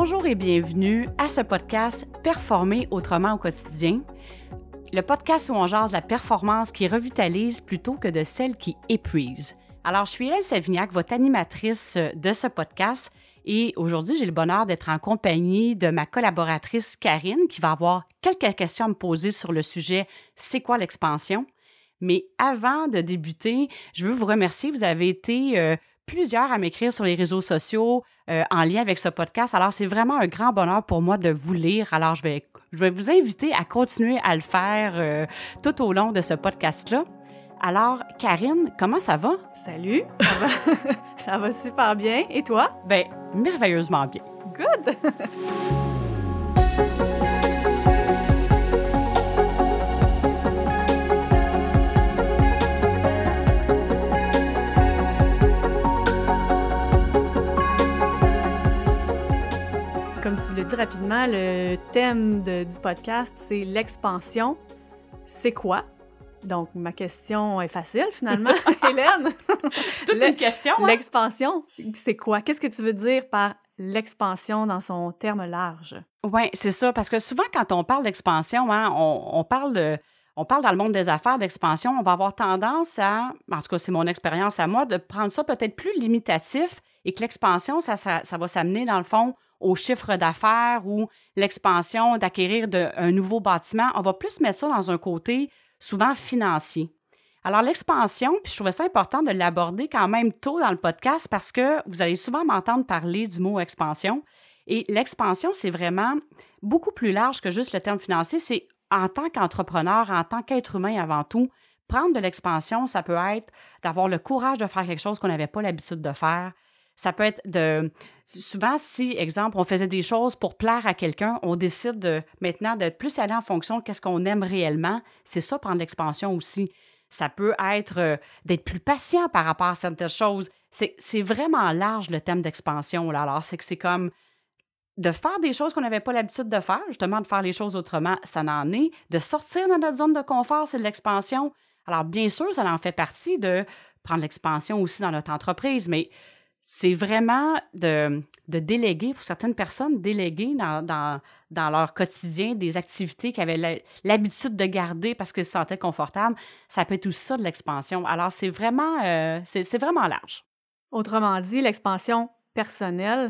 Bonjour et bienvenue à ce podcast « Performer autrement au quotidien », le podcast où on jase la performance qui revitalise plutôt que de celle qui épuise. Alors, je suis Hélène Savignac, votre animatrice de ce podcast, et aujourd'hui, j'ai le bonheur d'être en compagnie de ma collaboratrice Karine, qui va avoir quelques questions à me poser sur le sujet « C'est quoi l'expansion? » Mais avant de débuter, je veux vous remercier. Vous avez été plusieurs à m'écrire sur les réseaux sociaux en lien avec ce podcast. Alors, c'est vraiment un grand bonheur pour moi de vous lire. Alors, je vais vous inviter à continuer à le faire tout au long de ce podcast-là. Alors, Karine, comment ça va? Salut, ça va? Ça va super bien. Et toi? Bien, merveilleusement bien. Good! Comme tu le dis rapidement, le thème du podcast, c'est l'expansion. C'est quoi? Donc, ma question est facile, finalement, Hélène. Toute une question, hein? L'expansion, c'est quoi? Qu'est-ce que tu veux dire par l'expansion dans son terme large? Oui, c'est ça, parce que souvent, quand on parle d'expansion, hein, on parle dans le monde des affaires d'expansion, on va avoir tendance à, en tout cas, c'est mon expérience à moi, de prendre ça peut-être plus limitatif et que l'expansion, ça va s'amener, dans le fond, au chiffre d'affaires ou l'expansion d'acquérir un nouveau bâtiment. On va plus mettre ça dans un côté souvent financier. Alors, l'expansion, puis je trouvais ça important de l'aborder quand même tôt dans le podcast parce que vous allez souvent m'entendre parler du mot expansion. Et l'expansion, c'est vraiment beaucoup plus large que juste le terme financier. C'est en tant qu'entrepreneur, en tant qu'être humain avant tout, prendre de l'expansion, ça peut être d'avoir le courage de faire quelque chose qu'on n'avait pas l'habitude de faire. Ça peut être souvent, si, exemple, on faisait des choses pour plaire à quelqu'un, on décide maintenant de plus aller en fonction de qu'est-ce qu'on aime réellement. C'est ça, prendre l'expansion aussi. Ça peut être d'être plus patient par rapport à certaines choses. C'est vraiment large, le thème d'expansion, là. Alors, c'est que c'est comme de faire des choses qu'on n'avait pas l'habitude de faire, justement, de faire les choses autrement, ça en est. De sortir de notre zone de confort, c'est de l'expansion. Alors, bien sûr, ça en fait partie de prendre l'expansion aussi dans notre entreprise, mais c'est vraiment de déléguer, pour certaines personnes, déléguer dans leur quotidien des activités qu'ils avaient l'habitude de garder parce qu'ils se sentaient confortables. Ça peut être aussi ça de l'expansion. Alors, c'est vraiment large. Autrement dit, l'expansion personnelle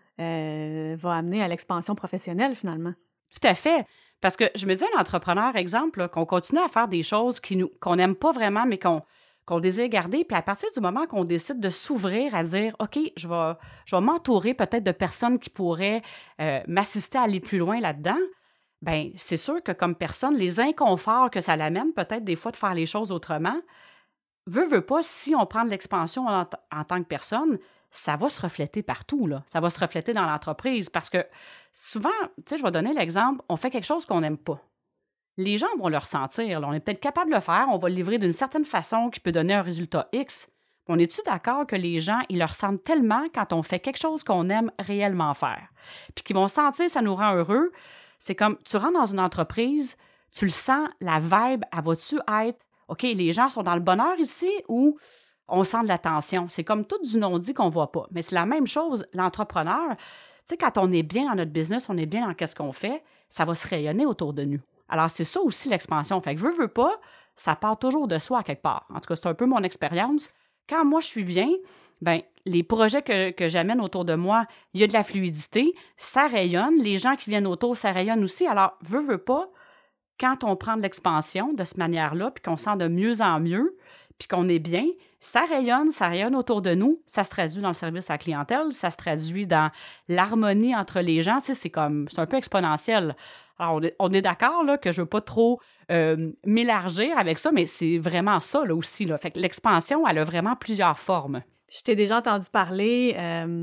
va amener à l'expansion professionnelle, finalement. Tout à fait. Parce que je me dis, un entrepreneur, exemple, là, qu'on continue à faire des choses qu'on n'aime pas vraiment, mais qu'on désire garder. Puis à partir du moment qu'on décide de s'ouvrir à dire, OK, je vais m'entourer peut-être de personnes qui pourraient m'assister à aller plus loin là-dedans, bien, c'est sûr que comme personne, les inconforts que ça l'amène peut-être des fois de faire les choses autrement, veut pas, si on prend de l'expansion en tant que personne, ça va se refléter partout, là. Ça va se refléter dans l'entreprise parce que souvent, tu sais, je vais donner l'exemple, on fait quelque chose qu'on n'aime pas. Les gens vont le ressentir. Là. On est peut-être capable de le faire, on va le livrer d'une certaine façon qui peut donner un résultat X. On est-tu d'accord que les gens, ils le ressentent tellement quand on fait quelque chose qu'on aime réellement faire? Puis qu'ils vont sentir, ça nous rend heureux. C'est comme, tu rentres dans une entreprise, tu le sens, la vibe, elle va-tu être, OK, les gens sont dans le bonheur ici ou on sent de la tension? C'est comme tout du non-dit qu'on ne voit pas. Mais c'est la même chose, l'entrepreneur. Tu sais, quand on est bien dans notre business, on est bien dans ce qu'on fait, ça va se rayonner autour de nous. Alors, c'est ça aussi l'expansion. Fait que veux pas, ça part toujours de soi à quelque part. En tout cas, c'est un peu mon expérience. Quand moi, je suis bien, bien, les projets que j'amène autour de moi, il y a de la fluidité, ça rayonne. Les gens qui viennent autour, ça rayonne aussi. Alors, veux pas, quand on prend de l'expansion de cette manière-là, puis qu'on sent de mieux en mieux, puis qu'on est bien, ça rayonne autour de nous, ça se traduit dans le service à la clientèle, ça se traduit dans l'harmonie entre les gens, tu sais, c'est un peu exponentiel. Alors, on est d'accord là, que je ne veux pas trop m'élargir avec ça, mais c'est vraiment ça là, aussi. Là. Fait que l'expansion, elle a vraiment plusieurs formes. Je t'ai déjà entendu parler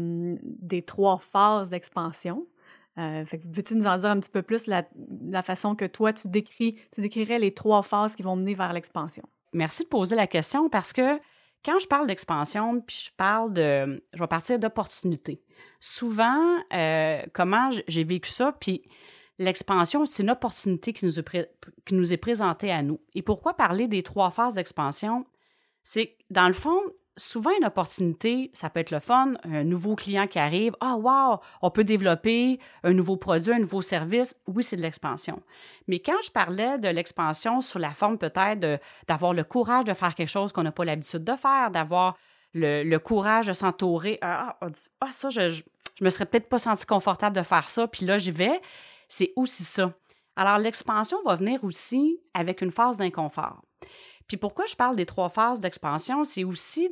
des 3 phases d'expansion. Fait que veux-tu nous en dire un petit peu plus la façon que toi, tu décrirais les 3 phases qui vont mener vers l'expansion? Merci de poser la question parce que quand je parle d'expansion, puis je vais partir d'opportunités. Souvent, comment j'ai vécu ça, puis l'expansion, c'est une opportunité qui nous est présentée à nous. Et pourquoi parler des 3 phases d'expansion? C'est, dans le fond, souvent, une opportunité, ça peut être le fun, un nouveau client qui arrive, « Ah, wow, on peut développer un nouveau produit, un nouveau service. » Oui, c'est de l'expansion. Mais quand je parlais de l'expansion sous la forme peut-être d'avoir le courage de faire quelque chose qu'on n'a pas l'habitude de faire, d'avoir le courage de s'entourer, ça, je me serais peut-être pas senti confortable de faire ça, puis là, j'y vais, c'est aussi ça. Alors, l'expansion va venir aussi avec une phase d'inconfort. Puis pourquoi je parle des 3 phases d'expansion, c'est aussi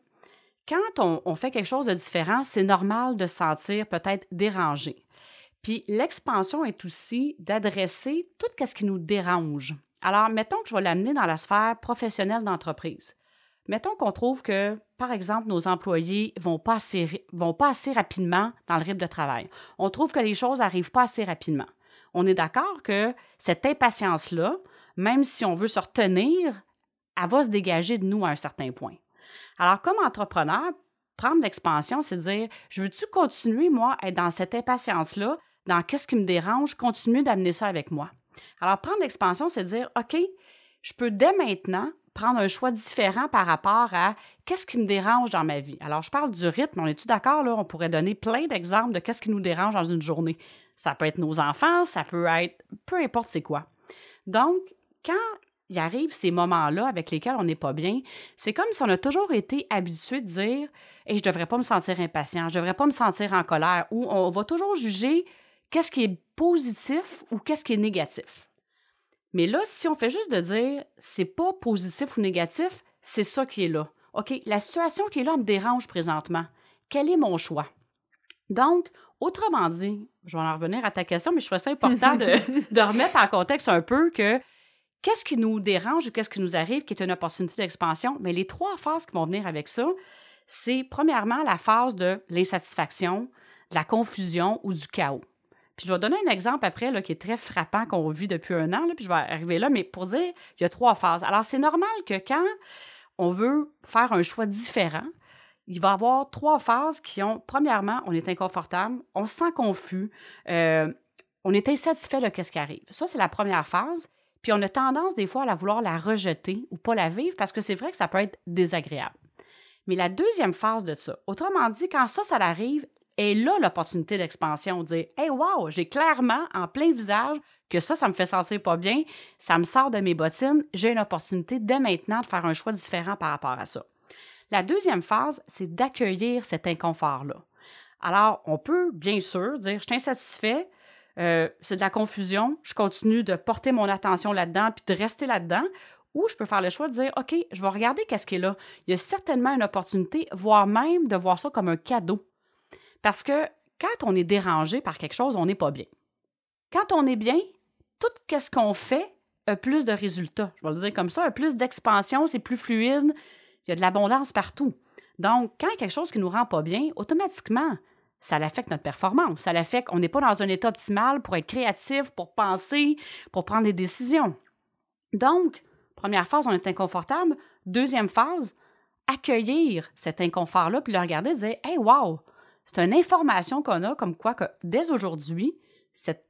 quand on fait quelque chose de différent, c'est normal de se sentir peut-être dérangé. Puis l'expansion est aussi d'adresser tout ce qui nous dérange. Alors, mettons que je vais l'amener dans la sphère professionnelle d'entreprise. Mettons qu'on trouve que, par exemple, nos employés vont pas assez rapidement dans le rythme de travail. On trouve que les choses n'arrivent pas assez rapidement. On est d'accord que cette impatience-là, même si on veut se retenir, elle va se dégager de nous à un certain point. Alors, comme entrepreneur, prendre l'expansion, c'est de dire, je veux-tu continuer, moi, à être dans cette impatience-là, dans qu'est-ce qui me dérange, continuer d'amener ça avec moi. Alors, prendre l'expansion, c'est de dire, OK, je peux dès maintenant prendre un choix différent par rapport à qu'est-ce qui me dérange dans ma vie. Alors, je parle du rythme, on est-tu d'accord, là? On pourrait donner plein d'exemples de qu'est-ce qui nous dérange dans une journée. Ça peut être nos enfants, ça peut être peu importe c'est quoi. Donc, quand il arrive ces moments-là avec lesquels on n'est pas bien, c'est comme si on a toujours été habitué de dire « Hey, je ne devrais pas me sentir impatient, je ne devrais pas me sentir en colère » ou on va toujours juger qu'est-ce qui est positif ou qu'est-ce qui est négatif. Mais là, si on fait juste de dire « C'est pas positif ou négatif, c'est ça qui est là. OK, la situation qui est là me dérange présentement. Quel est mon choix? » Donc, autrement dit, je vais en revenir à ta question, mais je trouvais ça important de remettre en contexte un peu que qu'est-ce qui nous dérange ou qu'est-ce qui nous arrive qui est une opportunité d'expansion? Mais les 3 phases qui vont venir avec ça, c'est premièrement la phase de l'insatisfaction, de la confusion ou du chaos. Puis je vais donner un exemple après là, qui est très frappant qu'on vit depuis 1 an, là, puis je vais arriver là, mais pour dire, il y a 3 phases. Alors, c'est normal que quand on veut faire un choix différent, il va y avoir 3 phases qui ont, premièrement, on est inconfortable, on se sent confus, on est insatisfait de ce qui arrive. Ça, c'est la première phase. Puis on a tendance des fois à vouloir la rejeter ou pas la vivre parce que c'est vrai que ça peut être désagréable. Mais la deuxième phase de ça, autrement dit, quand ça arrive, est là l'opportunité d'expansion, de dire « Hey, wow, j'ai clairement en plein visage que ça me fait sentir pas bien, ça me sort de mes bottines, j'ai une opportunité dès maintenant de faire un choix différent par rapport à ça. » La deuxième phase, c'est d'accueillir cet inconfort-là. Alors, on peut bien sûr dire « Je suis insatisfait, c'est de la confusion, je continue de porter mon attention là-dedans puis de rester là-dedans, ou je peux faire le choix de dire, OK, je vais regarder qu'est-ce qui est là. Il y a certainement une opportunité, voire même de voir ça comme un cadeau. Parce que quand on est dérangé par quelque chose, on n'est pas bien. Quand on est bien, tout ce qu'on fait a plus de résultats. Je vais le dire comme ça, a plus d'expansion, c'est plus fluide, il y a de l'abondance partout. Donc, quand il y a quelque chose qui ne nous rend pas bien, automatiquement, ça affecte notre performance. Ça affecte qu'on n'est pas dans un état optimal pour être créatif, pour penser, pour prendre des décisions. Donc, première phase, on est inconfortable. Deuxième phase, accueillir cet inconfort-là puis le regarder et dire « Hey, wow! C'est une information qu'on a comme quoi que dès aujourd'hui, cette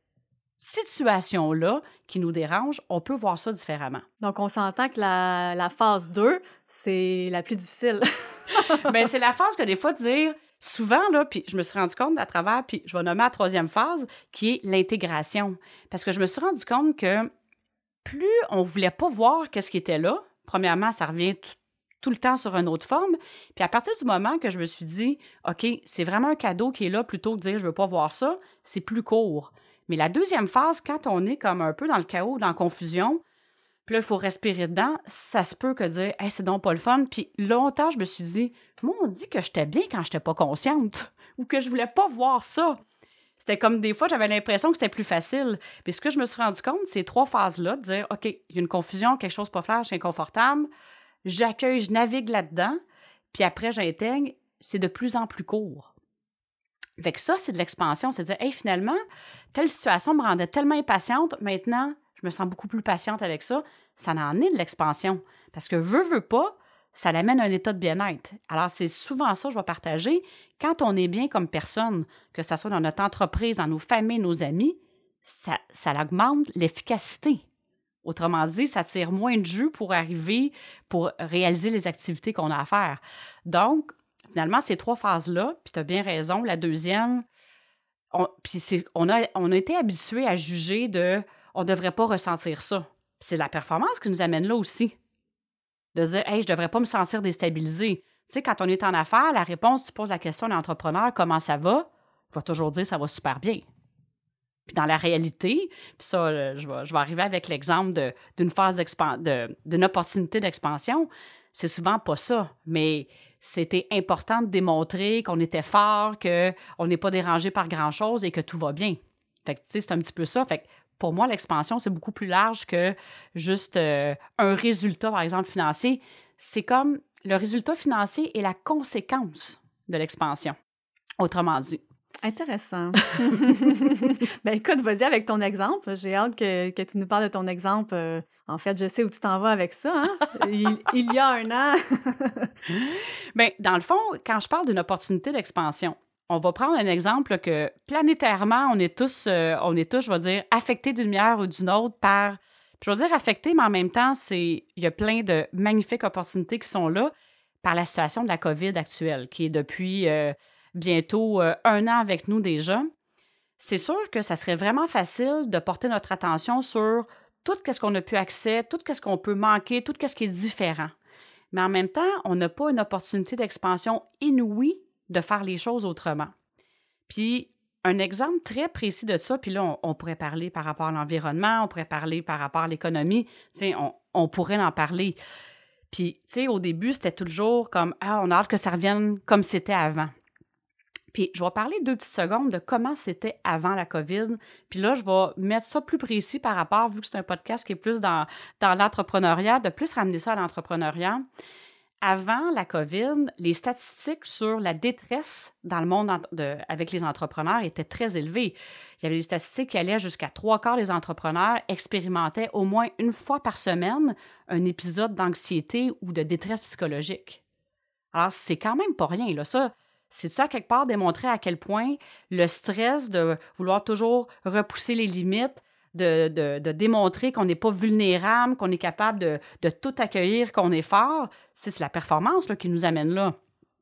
situation-là qui nous dérange, on peut voir ça différemment. » Donc, on s'entend que la phase 2, c'est la plus difficile. Bien, c'est la phase que des fois, de dire... Souvent, là, puis je me suis rendu compte à travers, puis je vais nommer la 3e phase, qui est l'intégration. Parce que je me suis rendu compte que plus on ne voulait pas voir qu'est-ce qui était là, premièrement, ça revient tout le temps sur une autre forme, puis à partir du moment que je me suis dit, OK, c'est vraiment un cadeau qui est là, plutôt que de dire je ne veux pas voir ça, c'est plus court. Mais la deuxième phase, quand on est comme un peu dans le chaos, dans la confusion, puis là, il faut respirer dedans, ça se peut que dire hey, c'est donc pas le fun. Puis longtemps, je me suis dit, moi, on dit que j'étais bien quand j'étais pas consciente ou que je voulais pas voir ça. C'était comme des fois, j'avais l'impression que c'était plus facile. Puis ce que je me suis rendu compte, ces 3 phases-là, de dire OK, il y a une confusion, quelque chose pas clair, je suis inconfortable, j'accueille, je navigue là-dedans, puis après, j'intègre, c'est de plus en plus court. Fait que ça, c'est de l'expansion, c'est de dire hey, finalement, telle situation me rendait tellement impatiente, maintenant, je me sens beaucoup plus patiente avec ça. Ça en est de l'expansion. Parce que veut pas, ça l'amène à un état de bien-être. Alors, c'est souvent ça que je vais partager. Quand on est bien comme personne, que ce soit dans notre entreprise, dans nos familles, nos amis, ça augmente l'efficacité. Autrement dit, ça tire moins de jus pour réaliser les activités qu'on a à faire. Donc, finalement, ces 3 phases-là, puis tu as bien raison, la deuxième, on a été habitués à juger on ne devrait pas ressentir ça. Puis c'est la performance qui nous amène là aussi. De dire, hey, je ne devrais pas me sentir déstabilisée. Tu sais, quand on est en affaires, la réponse, tu poses la question à l'entrepreneur, comment ça va? Il va toujours dire, ça va super bien. Puis dans la réalité, puis ça, je vais arriver avec l'exemple d'une phase d'une opportunité d'expansion, c'est souvent pas ça, mais c'était important de démontrer qu'on était fort, qu'on n'est pas dérangé par grand-chose et que tout va bien. Fait que, tu sais, c'est un petit peu ça. Fait que pour moi, l'expansion, c'est beaucoup plus large que juste un résultat, par exemple, financier. C'est comme le résultat financier est la conséquence de l'expansion, autrement dit. Intéressant. Ben écoute, vas-y avec ton exemple. J'ai hâte que tu nous parles de ton exemple. En fait, je sais où tu t'en vas avec ça. Hein? Il y a un an. Bien, dans le fond, quand je parle d'une opportunité d'expansion, on va prendre un exemple que planétairement, on est tous, je vais dire, affectés d'une manière ou d'une autre par... Je vais dire affectés, mais en même temps, il y a plein de magnifiques opportunités qui sont là par la situation de la COVID actuelle, qui est depuis... bientôt 1 an avec nous déjà, c'est sûr que ça serait vraiment facile de porter notre attention sur tout ce qu'on a pu accéder, tout ce qu'on peut manquer, tout ce qui est différent. Mais en même temps, on n'a pas une opportunité d'expansion inouïe de faire les choses autrement. Puis, un exemple très précis de ça, puis là, on pourrait parler par rapport à l'environnement, on pourrait parler par rapport à l'économie, tu sais, on pourrait en parler. Puis, tu sais, au début, c'était toujours comme « Ah, on a hâte que ça revienne comme c'était avant ». Puis, je vais parler 2 petites secondes de comment c'était avant la COVID. Puis là, je vais mettre ça plus précis par rapport, vu que c'est un podcast qui est plus dans l'entrepreneuriat, de plus ramener ça à l'entrepreneuriat. Avant la COVID, les statistiques sur la détresse dans le monde avec les entrepreneurs étaient très élevées. Il y avait des statistiques qui allaient jusqu'à 3/4 des entrepreneurs expérimentaient au moins 1 fois par semaine un épisode d'anxiété ou de détresse psychologique. Alors, c'est quand même pas rien, là. Ça, c'est-tu à quelque part démontrer à quel point le stress de vouloir toujours repousser les limites, de démontrer qu'on n'est pas vulnérable, qu'on est capable de tout accueillir, qu'on est fort, c'est la performance là, qui nous amène là.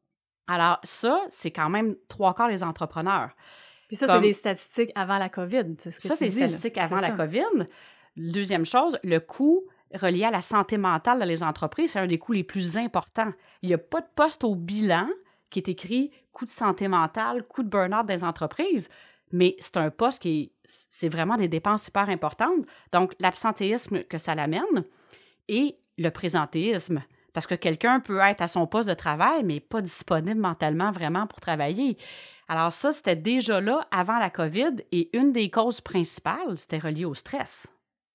Alors ça, c'est quand même 3/4 des entrepreneurs. Puis ça, c'est des statistiques avant la COVID, c'est ce que tu dis. Ça, c'est des statistiques avant la COVID. Deuxième chose, le coût relié à la santé mentale dans les entreprises, c'est un des coûts les plus importants. Il n'y a pas de poste au bilan qui est écrit « coût de santé mentale, coût de burn-out des entreprises », mais c'est un poste c'est vraiment des dépenses hyper importantes. Donc, l'absentéisme que ça l'amène et le présentéisme, parce que quelqu'un peut être à son poste de travail, mais pas disponible mentalement vraiment pour travailler. Alors ça, c'était déjà là avant la COVID et une des causes principales, c'était relié au stress.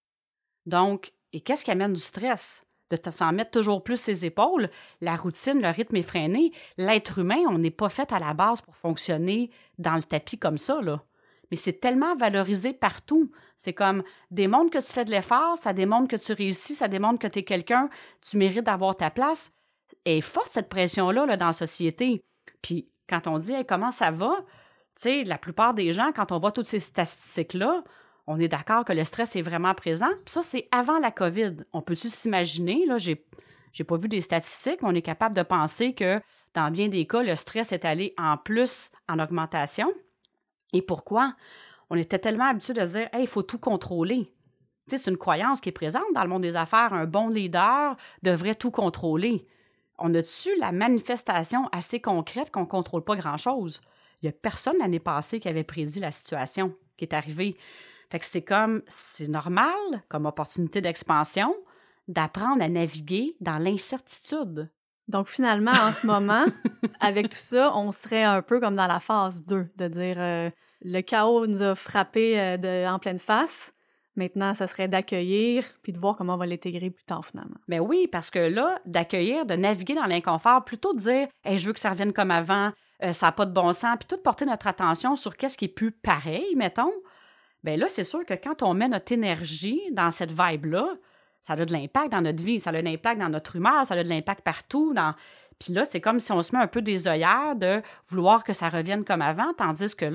Donc, et qu'est-ce qui amène du stress? De s'en mettre toujours plus ses épaules, la routine, le rythme effréné. L'être humain, on n'est pas fait à la base pour fonctionner dans le tapis comme ça, là. Mais c'est tellement valorisé partout. C'est comme, démontre que tu fais de l'effort, ça démontre que tu réussis, ça démontre que tu es quelqu'un, tu mérites d'avoir ta place. Elle est forte, cette pression-là, là, dans la société. Puis, quand on dit hey, « comment ça va », tu sais, la plupart des gens, quand on voit toutes ces statistiques-là, on est d'accord que le stress est vraiment présent. Puis ça, c'est avant la COVID. On peut-tu s'imaginer, là, j'ai pas vu des statistiques, mais on est capable de penser que dans bien des cas, le stress est allé en plus en augmentation. Et pourquoi? On était tellement habitués de se dire « hey, il faut tout contrôler ». Tu sais, c'est une croyance qui est présente dans le monde des affaires. Un bon leader devrait tout contrôler. On a-tu la manifestation assez concrète qu'on ne contrôle pas grand-chose? Il n'y a personne l'année passée qui avait prédit la situation qui est arrivée. Fait que c'est normal, comme opportunité d'expansion, d'apprendre à naviguer dans l'incertitude. Donc, finalement, en ce moment, avec tout ça, on serait un peu comme dans la phase 2, de dire le chaos nous a frappé en pleine face. Maintenant, ça serait d'accueillir puis de voir comment on va l'intégrer plus tard, finalement. Ben oui, parce que là, d'accueillir, de naviguer dans l'inconfort, plutôt de dire hey, « je veux que ça revienne comme avant, ça n'a pas de bon sens », puis tout porter notre attention sur qu'est-ce qui est plus pareil, mettons. Bien là, c'est sûr que quand on met notre énergie dans cette vibe-là, ça a de l'impact dans notre vie, ça a de l'impact dans notre humeur, ça a de l'impact partout. Puis là, c'est comme si on se met un peu des œillères de vouloir que ça revienne comme avant, tandis que là,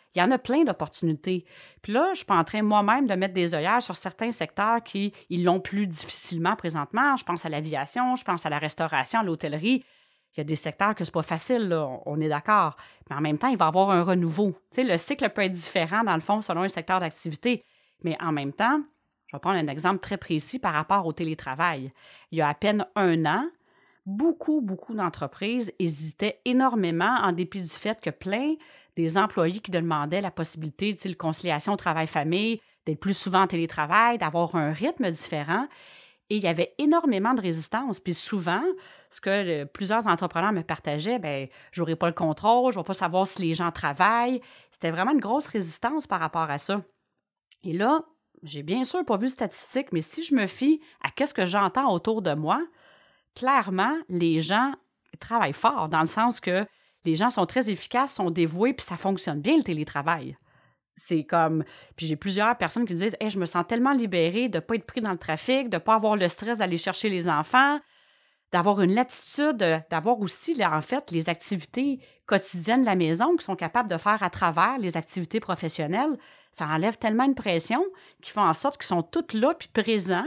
Il y en a plein d'opportunités. Puis là, je suis pas en train moi-même de mettre des œillères sur certains secteurs qui ils l'ont plus difficilement présentement. Je pense à l'aviation, je pense à la restauration, à l'hôtellerie. Il y a des secteurs que c'est pas facile, là, on est d'accord. Mais en même temps, il va y avoir un renouveau. Tu sais, le cycle peut être différent, dans le fond, selon un secteur d'activité. Mais en même temps, je vais prendre un exemple très précis par rapport au télétravail. Il y a à peine 1 an, beaucoup d'entreprises hésitaient énormément en dépit du fait que plein des employés qui demandaient la possibilité de conciliation travail-famille, d'être plus souvent en télétravail, d'avoir un rythme différent. Et il y avait énormément de résistance. Puis souvent, ce que plusieurs entrepreneurs me partageaient, bien, je n'aurai pas le contrôle, je ne vais pas savoir si les gens travaillent. C'était vraiment une grosse résistance par rapport à ça. Et là, j'ai bien sûr pas vu de statistiques, mais si je me fie à ce que j'entends autour de moi, clairement, les gens travaillent fort, dans le sens que les gens sont très efficaces, sont dévoués, puis ça fonctionne bien, le télétravail. C'est comme... Puis j'ai plusieurs personnes qui me disent « Hey, je me sens tellement libérée de ne pas être pris dans le trafic, de ne pas avoir le stress d'aller chercher les enfants, d'avoir une latitude, d'avoir aussi, en fait, les activités quotidiennes de la maison qu'ils sont capables de faire à travers les activités professionnelles. Ça enlève tellement une pression qu'ils font en sorte qu'ils sont tous là puis présents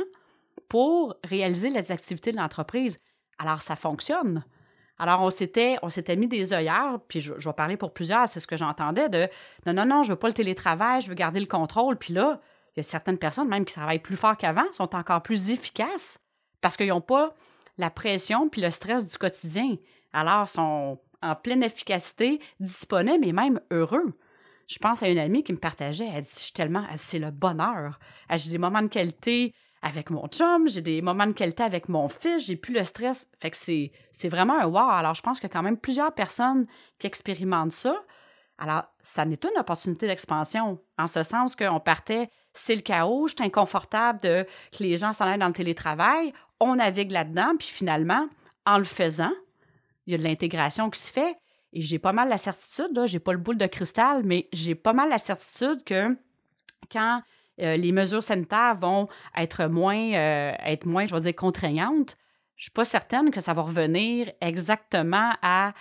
pour réaliser les activités de l'entreprise. Alors, ça fonctionne. Alors, on s'était mis des œillères, puis je vais parler pour plusieurs, c'est ce que j'entendais, de « Non, je veux pas le télétravail, je veux garder le contrôle. » Puis là, il y a certaines personnes même qui travaillent plus fort qu'avant, sont encore plus efficaces parce qu'ils n'ont pas la pression puis le stress du quotidien. Alors, ils sont en pleine efficacité, disponibles et même heureux. Je pense à une amie qui me partageait, elle dit « elle dit, c'est le bonheur. Elle dit, j'ai des moments de qualité avec mon chum, j'ai des moments de qualité avec mon fils, j'ai plus le stress. » Fait que c'est vraiment un wow. Alors, je pense qu'il y a quand même plusieurs personnes qui expérimentent ça. Alors, ça n'est une opportunité d'expansion, en ce sens qu'on partait, c'est le chaos, je suis inconfortable que les gens s'en aillent dans le télétravail, on navigue là-dedans, puis finalement, en le faisant, il y a de l'intégration qui se fait, et j'ai pas mal la certitude, là, j'ai pas le boule de cristal, mais j'ai pas mal la certitude que quand les mesures sanitaires vont être moins, je vais dire, contraignantes, je suis pas certaine que ça va revenir exactement à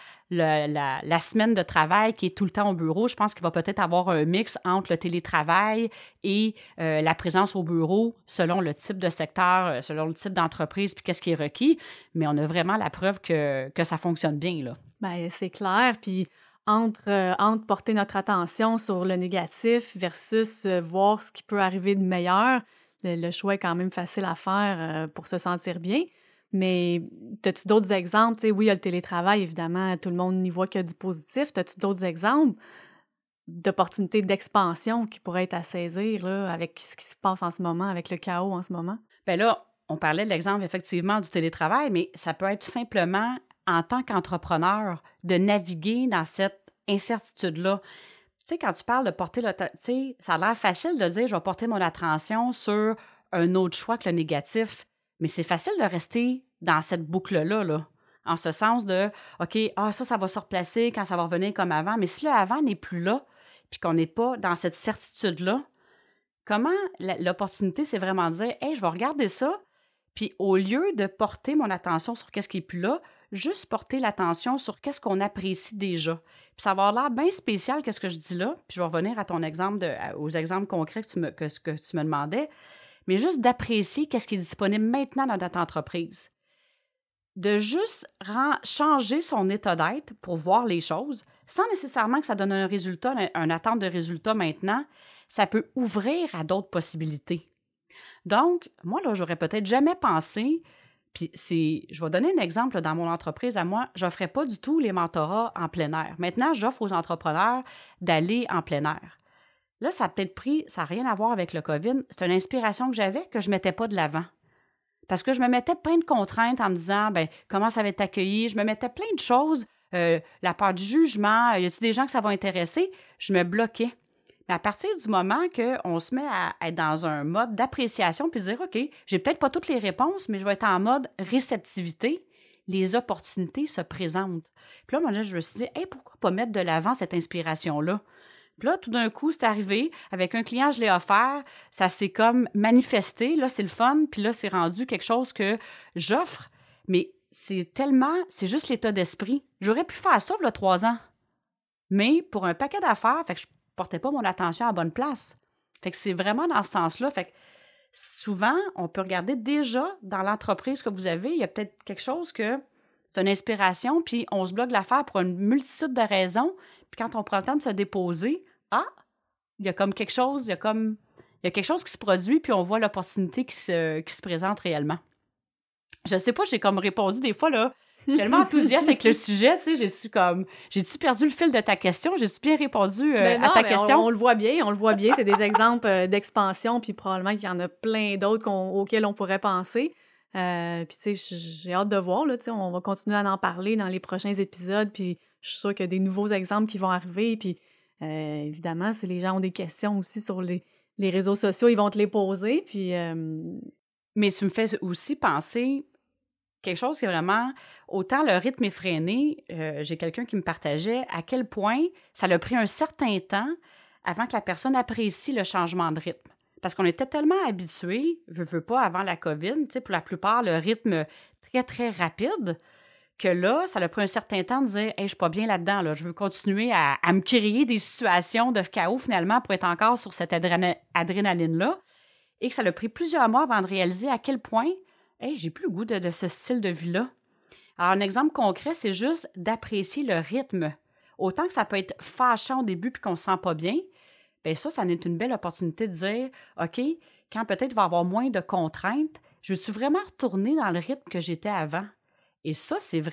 la semaine de travail qui est tout le temps au bureau. Je pense qu'il va peut-être avoir un mix entre le télétravail et la présence au bureau selon le type de secteur, selon le type d'entreprise puis qu'est-ce qui est requis. Mais on a vraiment la preuve que ça fonctionne bien, là. Bien, c'est clair. Puis entre porter notre attention sur le négatif versus voir ce qui peut arriver de meilleur, le choix est quand même facile à faire pour se sentir bien. Mais as-tu d'autres exemples? Tu sais, oui, il y a le télétravail, évidemment, tout le monde n'y voit que du positif. As-tu d'autres exemples d'opportunités d'expansion qui pourraient être à saisir là, avec ce qui se passe en ce moment, avec le chaos en ce moment? Bien là, on parlait de l'exemple effectivement du télétravail, mais ça peut être tout simplement, en tant qu'entrepreneur, de naviguer dans cette incertitude-là. Tu sais, quand tu parles de porter le... Tu sais, ça a l'air facile de dire « je vais porter mon attention sur un autre choix que le négatif ». Mais c'est facile de rester dans cette boucle-là, là, en ce sens de « OK, ça va se replacer quand ça va revenir comme avant ». Mais si le avant n'est plus là, puis qu'on n'est pas dans cette certitude-là, comment l'opportunité, c'est vraiment de dire « Hey, je vais regarder ça », puis au lieu de porter mon attention sur qu'est-ce qui n'est plus là, juste porter l'attention sur qu'est-ce qu'on apprécie déjà. Puis ça va avoir l'air bien spécial, qu'est-ce que je dis là, puis je vais revenir à ton exemple, aux exemples concrets que tu me demandais, mais juste d'apprécier qu'est-ce qui est disponible maintenant dans notre entreprise. De juste changer son état d'être pour voir les choses, sans nécessairement que ça donne un résultat, une attente de résultat maintenant, ça peut ouvrir à d'autres possibilités. Donc, moi, là, j'aurais peut-être jamais pensé, puis je vais donner un exemple là, dans mon entreprise à moi, je n'offrais pas du tout les mentorats en plein air. Maintenant, j'offre aux entrepreneurs d'aller en plein air. Là, ça a peut-être pris, ça n'a rien à voir avec le COVID, c'est une inspiration que j'avais que je ne mettais pas de l'avant. Parce que je me mettais plein de contraintes en me disant, comment ça va être accueilli? Je me mettais plein de choses, la peur du jugement, y a-t-il des gens que ça va intéresser? Je me bloquais. Mais à partir du moment qu'on se met à être dans un mode d'appréciation puis de dire, OK, j'ai peut-être pas toutes les réponses, mais je vais être en mode réceptivité, les opportunités se présentent. Puis là, moi, je me suis dit, pourquoi pas mettre de l'avant cette inspiration-là? Puis là, tout d'un coup, c'est arrivé. Avec un client, je l'ai offert. Ça s'est comme manifesté. Là, c'est le fun. Puis là, c'est rendu quelque chose que j'offre. Mais c'est juste l'état d'esprit. J'aurais pu faire ça il y a 3 ans. Mais pour un paquet d'affaires, fait que je portais pas mon attention à la bonne place. Fait que c'est vraiment dans ce sens-là. Fait que souvent, on peut regarder déjà dans l'entreprise que vous avez, il y a peut-être quelque chose que c'est une inspiration, puis on se bloque l'affaire pour une multitude de raisons, puis quand on prend le temps de se déposer, il y a comme quelque chose, il y a quelque chose qui se produit, puis on voit l'opportunité qui se présente réellement. Je sais pas, j'ai comme répondu des fois, là, je suis tellement enthousiaste avec le sujet, tu sais, j'ai-tu perdu le fil de ta question? J'ai-tu bien répondu à ta question? On le voit bien, c'est des exemples d'expansion, puis probablement qu'il y en a plein d'autres auxquels on pourrait penser. Puis tu sais, j'ai hâte de voir, là, tu sais, on va continuer à en parler dans les prochains épisodes, puis je suis sûre qu'il y a des nouveaux exemples qui vont arriver, puis évidemment, si les gens ont des questions aussi sur les réseaux sociaux, ils vont te les poser, puis... Mais tu me fais aussi penser quelque chose qui est vraiment... Autant le rythme effréné, j'ai quelqu'un qui me partageait à quel point ça a pris un certain temps avant que la personne apprécie le changement de rythme. Parce qu'on était tellement habitués, veux pas, avant la COVID, tu sais, pour la plupart, le rythme très, très rapide, que là, ça a pris un certain temps de dire « Hey, je suis pas bien là-dedans, là. Je veux continuer à me créer des situations de chaos, finalement, pour être encore sur cette adrénaline-là. » Et que ça a pris plusieurs mois avant de réaliser à quel point « Hey, j'ai plus le goût de ce style de vie-là. » Alors, un exemple concret, c'est juste d'apprécier le rythme. Autant que ça peut être fâchant au début puis qu'on se sent pas bien, bien ça en est une belle opportunité de dire « OK, quand peut-être il va y avoir moins de contraintes, je veux-tu vraiment retourner dans le rythme que j'étais avant? » Et ça,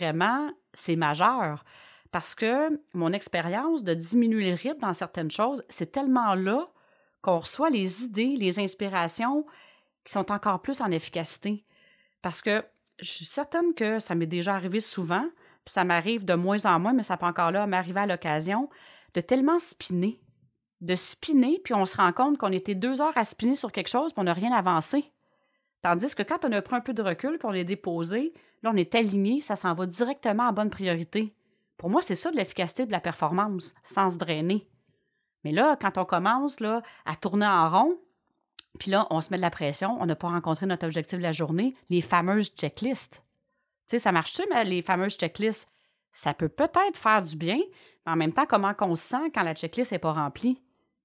c'est majeur. Parce que mon expérience de diminuer le rythme dans certaines choses, c'est tellement là qu'on reçoit les idées, les inspirations qui sont encore plus en efficacité. Parce que je suis certaine que ça m'est déjà arrivé souvent, puis ça m'arrive de moins en moins, mais ça peut encore là m'arriver à l'occasion, de tellement spinner. De spinner, puis on se rend compte qu'on était 2 heures à spinner sur quelque chose, puis on n'a rien avancé. Tandis que quand on a pris un peu de recul, puis on est déposé, là, on est aligné, ça s'en va directement à bonne priorité. Pour moi, c'est ça de l'efficacité de la performance, sans se drainer. Mais là, quand on commence là, à tourner en rond, puis là, on se met de la pression, on n'a pas rencontré notre objectif de la journée, les fameuses checklists. Tu sais, ça marche-tu, mais les fameuses checklists? Ça peut peut-être faire du bien, mais en même temps, comment on se sent quand la checklist n'est pas remplie?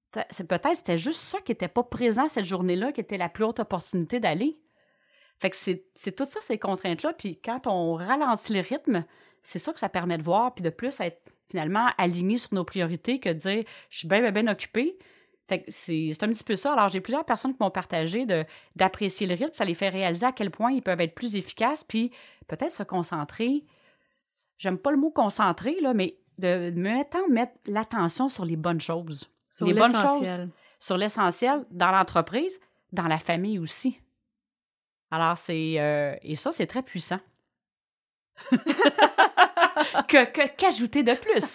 C'était juste ça qui n'était pas présent cette journée-là, qui était la plus haute opportunité d'aller. Fait que c'est tout ça, ces contraintes-là. Puis quand on ralentit le rythme, c'est ça que ça permet de voir, puis de plus être finalement aligné sur nos priorités que de dire « je suis bien occupée ». Fait que c'est un petit peu ça. Alors, j'ai plusieurs personnes qui m'ont partagé d'apprécier le rythme. Ça les fait réaliser à quel point ils peuvent être plus efficaces, puis peut-être se concentrer. J'aime pas le mot « concentrer », là, mais de mettre l'attention sur les bonnes choses. Sur les l'essentiel. Bonnes choses, sur l'essentiel dans l'entreprise, dans la famille aussi. Alors, et ça, c'est très puissant. Qu'ajouter de plus?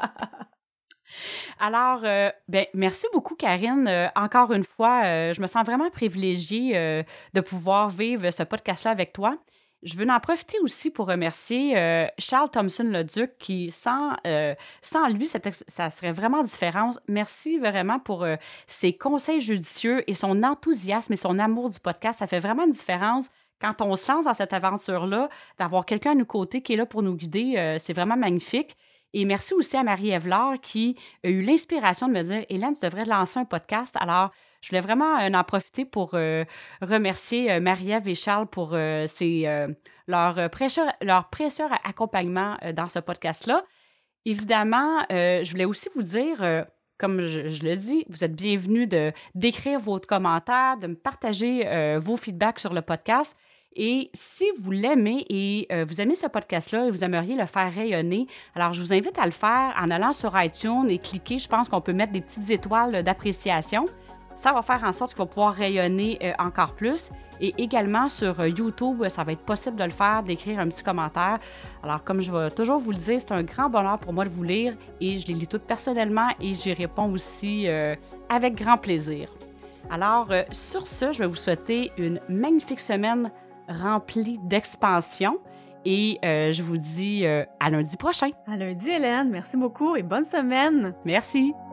Alors, merci beaucoup, Karine. Encore une fois, je me sens vraiment privilégiée de pouvoir vivre ce podcast-là avec toi. Je veux en profiter aussi pour remercier Charles Thompson-Leduc qui, sans lui, ça serait vraiment différent. Merci vraiment pour ses conseils judicieux et son enthousiasme et son amour du podcast. Ça fait vraiment une différence quand on se lance dans cette aventure-là, d'avoir quelqu'un à nos côtés qui est là pour nous guider. C'est vraiment magnifique. Et merci aussi à Marie-Ève Laure qui a eu l'inspiration de me dire « Hélène, tu devrais lancer un podcast. » Alors, je voulais vraiment en profiter pour remercier Marie-Ève et Charles pour leur précieux accompagnement dans ce podcast-là. Évidemment, je voulais aussi vous dire, comme je le dis, vous êtes bienvenus d'écrire vos commentaires, de me partager vos feedbacks sur le podcast. Et si vous l'aimez et vous aimez ce podcast-là et vous aimeriez le faire rayonner, alors je vous invite à le faire en allant sur iTunes et cliquer. Je pense qu'on peut mettre des petites étoiles d'appréciation. Ça va faire en sorte qu'il va pouvoir rayonner encore plus. Et également sur YouTube, ça va être possible de le faire, d'écrire un petit commentaire. Alors, comme je vais toujours vous le dire, c'est un grand bonheur pour moi de vous lire et je les lis toutes personnellement et j'y réponds aussi avec grand plaisir. Alors, sur ce, je vais vous souhaiter une magnifique semaine remplie d'expansion et je vous dis à lundi prochain. À lundi, Hélène. Merci beaucoup et bonne semaine. Merci.